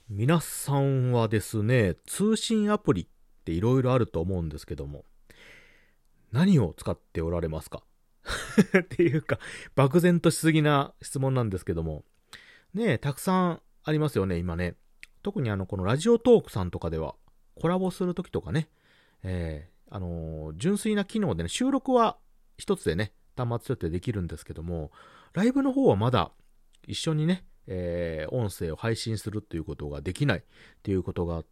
皆さんはですね、通信アプリっていろいろあると思うんですけども、何を使っておられますかっていうか、漠然としすぎな質問なんですけども、ねえ、たくさんありますよね、今ね。特にこのラジオトークさんとかでは、コラボするときとかね、純粋な機能でね、収録は一つでね、端末設定できるんですけども、ライブの方はまだ一緒にね、音声を配信するっていうことができないっていうことがあって、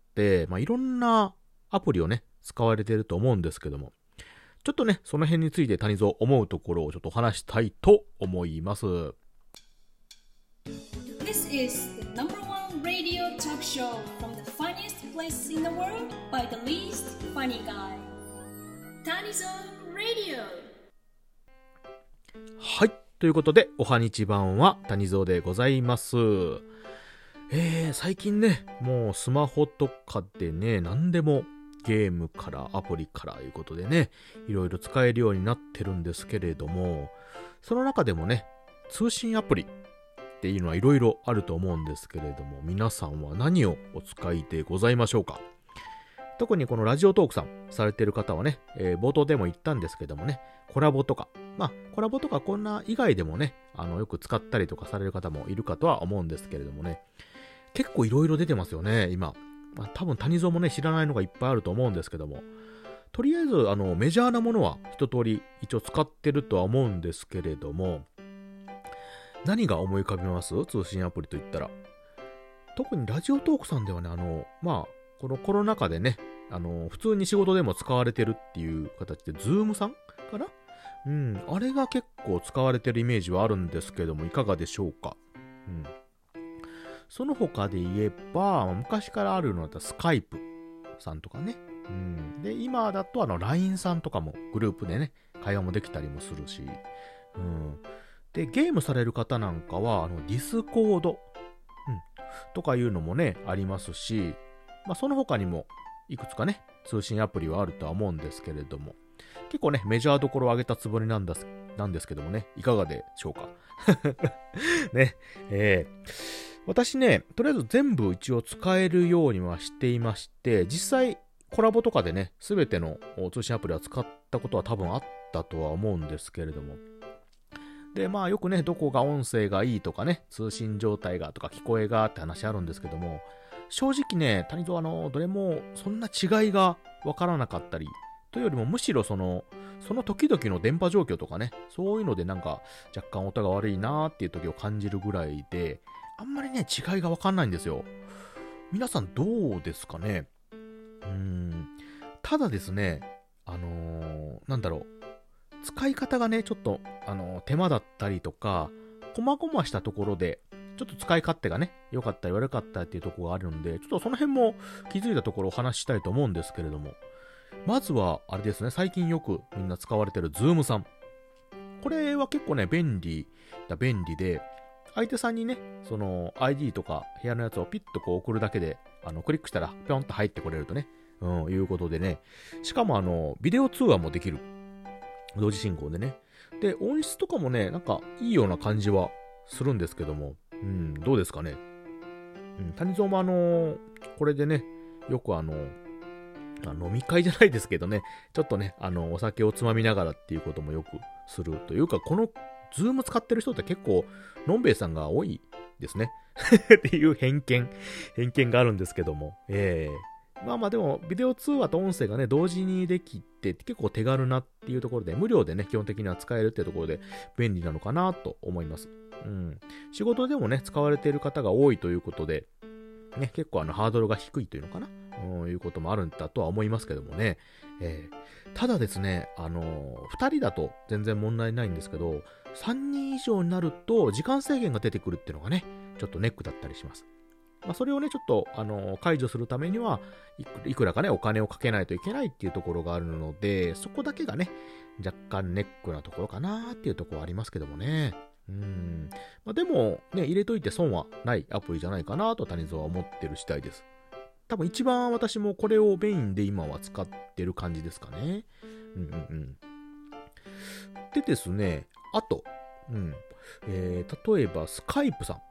いろんなアプリをね、使われていると思うんですけども、ちょっとね、その辺について谷蔵思うところをちょっと話したいと思います。 This is the number one radio talk show from the funniest place in the world by the least funny guy. Tanizo Radio. はい。ということで、おはにちばんは谷蔵でございます。最近ね、もうスマホとかでね、何でもゲームからアプリからいうことでね、いろいろ使えるようになってるんですけれども、その中でもね、通信アプリっていうのはいろいろあると思うんですけれども、皆さんは何をお使いでございましょうか。特にこのラジオトークさんされてる方はね、冒頭でも言ったんですけどもね、コラボとか、コラボとかこんな以外でもね、よく使ったりとかされる方もいるかとは思うんですけれどもね、結構いろいろ出てますよね、今。多分谷蔵もね、知らないのがいっぱいあると思うんですけども、とりあえずメジャーなものは一通り一応使ってるとは思うんですけれども、何が思い浮かびます？通信アプリといったら。特にラジオトークさんではね、このコロナ禍でね、普通に仕事でも使われてるっていう形で、ズームさんかな？あれが結構使われてるイメージはあるんですけども、いかがでしょうか？その他で言えば、昔からあるのだったらスカイプさんとかね。で、今だとLINE さんとかもグループでね、会話もできたりもするし。で、ゲームされる方なんかは、ディスコード、とかいうのもね、ありますし、その他にも、いくつかね、通信アプリはあるとは思うんですけれども、結構ね、メジャーどころを上げたつもりなんですけどもね、いかがでしょうか。ね、私ね、とりあえず全部一応使えるようにはしていまして、実際コラボとかでね、すべての通信アプリは使ったことは多分あったとは思うんですけれども。で、よくね、どこが音声がいいとかね、通信状態がとか聞こえがって話あるんですけども、正直ね、谷蔵どれもそんな違いがわからなかったり、というよりもむしろその時々の電波状況とかね、そういうのでなんか若干音が悪いなーっていう時を感じるぐらいで、あんまりね、違いがわかんないんですよ。皆さんどうですかね？ただですね、なんだろう。使い方がね、ちょっと、手間だったりとか、細々したところで、ちょっと使い勝手がね、良かったり悪かったりっていうところがあるので、ちょっとその辺も気づいたところをお話ししたいと思うんですけれども、まずは、あれですね、最近よくみんな使われてる Zoom さん。これは結構ね、便利で、相手さんにね、その ID とか部屋のやつをピッとこう送るだけで、クリックしたらぴょんと入ってこれるとね、いうことでね、しかもビデオ通話もできる。同時進行でね。で、音質とかもね、なんかいいような感じはするんですけども、どうですかね。谷蔵もこれでね、よく飲み会じゃないですけどね、ちょっとね、お酒をつまみながらっていうこともよくするというか、このズーム使ってる人って結構、のんべえさんが多いですね。っていう偏見があるんですけども、でも、ビデオ通話と音声がね、同時にできて、結構手軽なっていうところで、無料でね、基本的には使えるっていうところで、便利なのかなと思います。仕事でもね、使われている方が多いということで、ね、結構ハードルが低いというのかな、いうこともあるんだとは思いますけどもね。ただですね、二人だと全然問題ないんですけど、三人以上になると、時間制限が出てくるっていうのがね、ちょっとネックだったりします。それをね、ちょっと、解除するためには、いくらかね、お金をかけないといけないっていうところがあるので、そこだけがね、若干ネックなところかなっていうところはありますけどもね。でも、ね、入れといて損はないアプリじゃないかなと谷蔵は思ってる次第です。多分一番私もこれをメインで今は使ってる感じですかね。でですね、あと、例えばスカイプさん。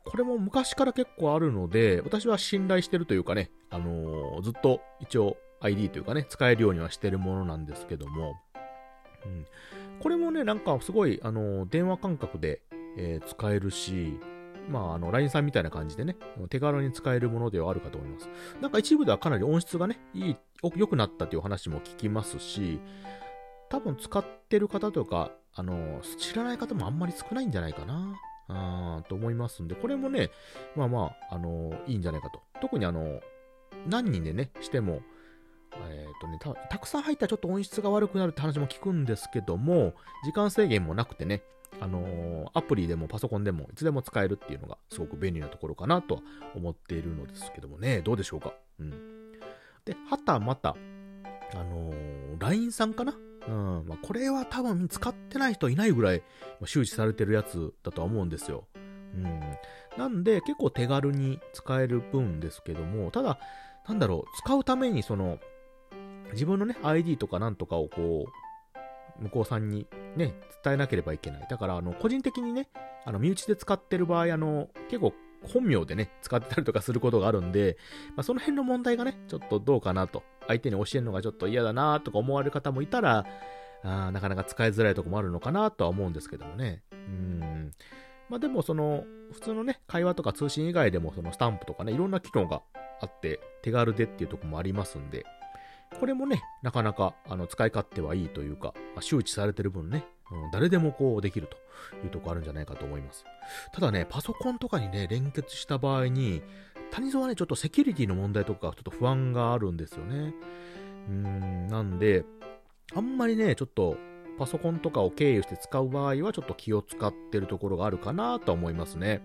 これも昔から結構あるので、私は信頼してるというかね、ずっと一応 ID というかね、使えるようにはしてるものなんですけども、これもね、なんかすごい、電話感覚で、使えるし、LINE さんみたいな感じでね、手軽に使えるものではあるかと思います。なんか一部ではかなり音質がね、良くなったという話も聞きますし、多分使ってる方とか、知らない方もあんまり少ないんじゃないかな、と思いますんで、これもね、いいんじゃないかと。特に何人でね、しても、たくさん入ったらちょっと音質が悪くなるって話も聞くんですけども、時間制限もなくてね、アプリでもパソコンでもいつでも使えるっていうのがすごく便利なところかなとは思っているのですけどもね、どうでしょうか。で、はたまた、LINE さんかな。これは多分使ってない人いないぐらい周知されてるやつだとは思うんですよ。なんで結構手軽に使える分ですけども、ただ、使うために自分のね、ID とかなんとかをこう、向こうさんにね、伝えなければいけない。だから、個人的にね、身内で使ってる場合、結構本名でね、使ってたりとかすることがあるんで、その辺の問題がね、ちょっとどうかなと。相手に教えるのがちょっと嫌だなとか思われる方もいたら、なかなか使いづらいとこもあるのかなとは思うんですけどもね。でも普通のね、会話とか通信以外でもスタンプとかね、いろんな機能があって、手軽でっていうところもありますんで、これもね、なかなか使い勝手はいいというか、周知されてる分ね、誰でもこうできるというところあるんじゃないかと思います。ただね、パソコンとかにね、連結した場合に、谷蔵はね、ちょっとセキュリティの問題とか、ちょっと不安があるんですよね。なんで、あんまりね、ちょっと、パソコンとかを経由して使う場合は、ちょっと気を使ってるところがあるかなと思いますね。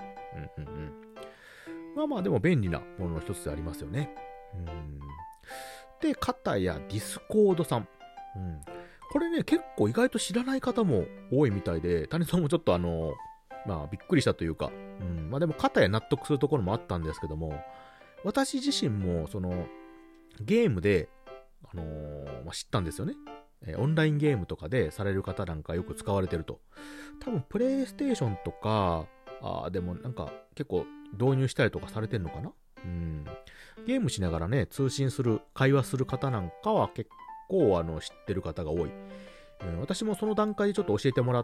でも便利なものの一つでありますよね。で、片やディスコードさん。これね、結構意外と知らない方も多いみたいで、谷さんもちょっとびっくりしたというか、でも片や納得するところもあったんですけども、私自身も、ゲームで、知ったんですよね。オンラインゲームとかでされる方なんかよく使われてると。多分、プレイステーションとか、でもなんか結構導入したりとかされてんのかな。ゲームしながらね、通信する、会話する方なんかは結構知ってる方が多い。私もその段階でちょっと教えてもらって、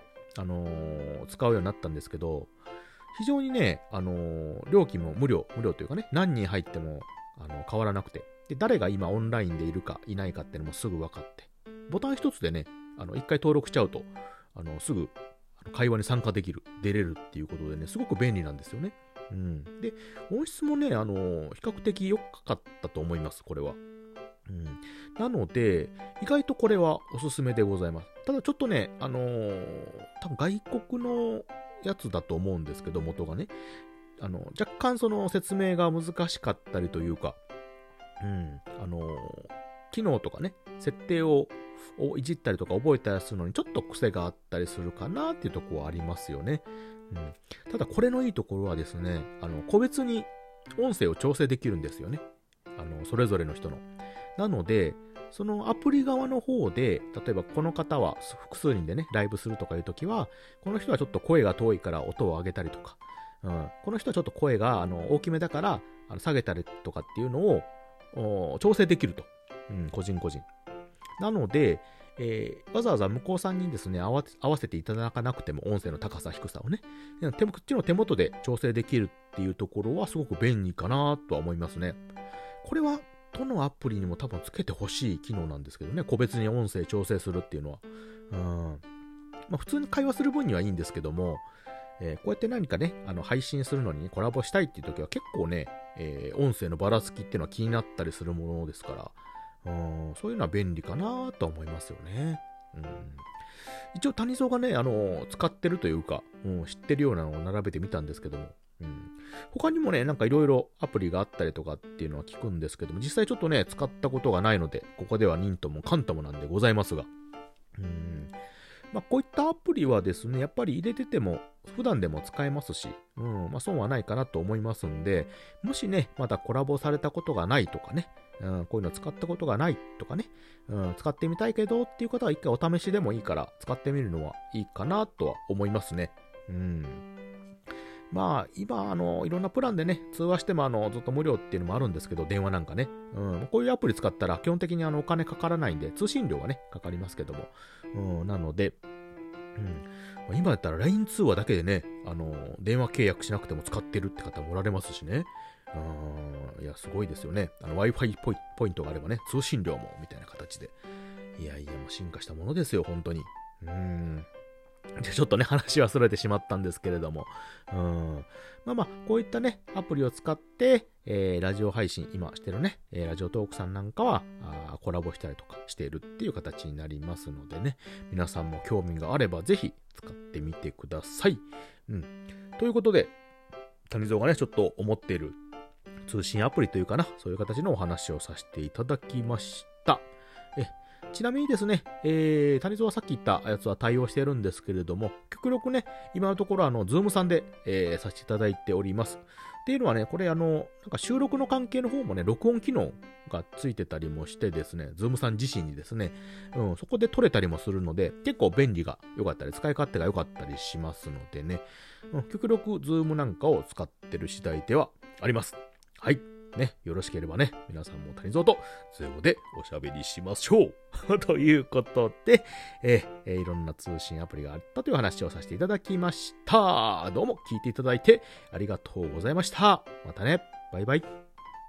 使うようになったんですけど、非常にね、料金も無料というかね、何人入っても変わらなくて、で、誰が今オンラインでいるかいないかっていうのもすぐ分かって、ボタン一つでね、一回登録しちゃうと、すぐ会話に参加できる、出れるっていうことでね、すごく便利なんですよね。で、音質もね、比較的良かったと思います、これは。なので、意外とこれはおすすめでございます。ただちょっとね、多分外国のやつだと思うんですけど、元がね。若干説明が難しかったりというか、機能とかね、設定をいじったりとか覚えたりするのにちょっと癖があったりするかなっていうところはありますよね。ただこれのいいところはですね、個別に音声を調整できるんですよね。それぞれの人の。なので、そのアプリ側の方で、例えばこの方は複数人でね、ライブするとかいうときは、この人はちょっと声が遠いから音を上げたりとか、この人はちょっと声が大きめだから下げたりとかっていうのを調整できると。個人個人。なので、わざわざ向こうさんにですね、合わせていただかなくても音声の高さ、低さをね、こっちの手元で調整できるっていうところはすごく便利かなとは思いますね。これはどのアプリにも多分つけてほしい機能なんですけどね、個別に音声調整するっていうのは。普通に会話する分にはいいんですけども、こうやって何かね、配信するのに、ね、コラボしたいっていう時は結構ね、音声のばらつきっていうのは気になったりするものですから、そういうのは便利かなと思いますよね。一応谷蔵がね、使ってるというか、知ってるようなのを並べてみたんですけども、他にもね、なんかいろいろアプリがあったりとかっていうのは聞くんですけども、実際ちょっとね、使ったことがないので、ここでは忍ともかんともなんでございますが、こういったアプリはですね、やっぱり入れてても普段でも使えますし、損はないかなと思いますんで、もしね、まだコラボされたことがないとかね、こういうの使ったことがないとかね、使ってみたいけどっていう方は一回お試しでもいいから使ってみるのはいいかなとは思いますね。 まあ、今、いろんなプランでね、通話してもずっと無料っていうのもあるんですけど、電話なんかね。こういうアプリ使ったら基本的にお金かからないんで、通信料がね、かかりますけども。なので、今だったら LINE 通話だけでね、電話契約しなくても使ってるって方もおられますしね。いや、すごいですよね。Wi-Fi ポイントがあればね、通信料も、みたいな形で。いやいや、もう進化したものですよ、本当に。で、ちょっとね、話はそれてしまったんですけれども。こういったね、アプリを使って、ラジオ配信、今してるね、ラジオトークさんなんかは、コラボしたりとかしているっていう形になりますのでね、皆さんも興味があれば、ぜひ使ってみてください。ということで、谷蔵がね、ちょっと思っている通信アプリというかな、そういう形のお話をさせていただきました。ちなみにですね、谷蔵はさっき言ったやつは対応してるんですけれども、極力ね、今のところズームさんで、させていただいております。っていうのはね、これなんか収録の関係の方もね、録音機能がついてたりもしてですね、ズームさん自身にですね、そこで撮れたりもするので、結構便利が良かったり、使い勝手が良かったりしますのでね、極力ズームなんかを使ってる次第ではあります。はい。ね、よろしければね、皆さんも谷蔵とズームでおしゃべりしましょうということで、いろんな通信アプリがあったという話をさせていただきました。どうも聞いていただいてありがとうございました。またね、バイバイ。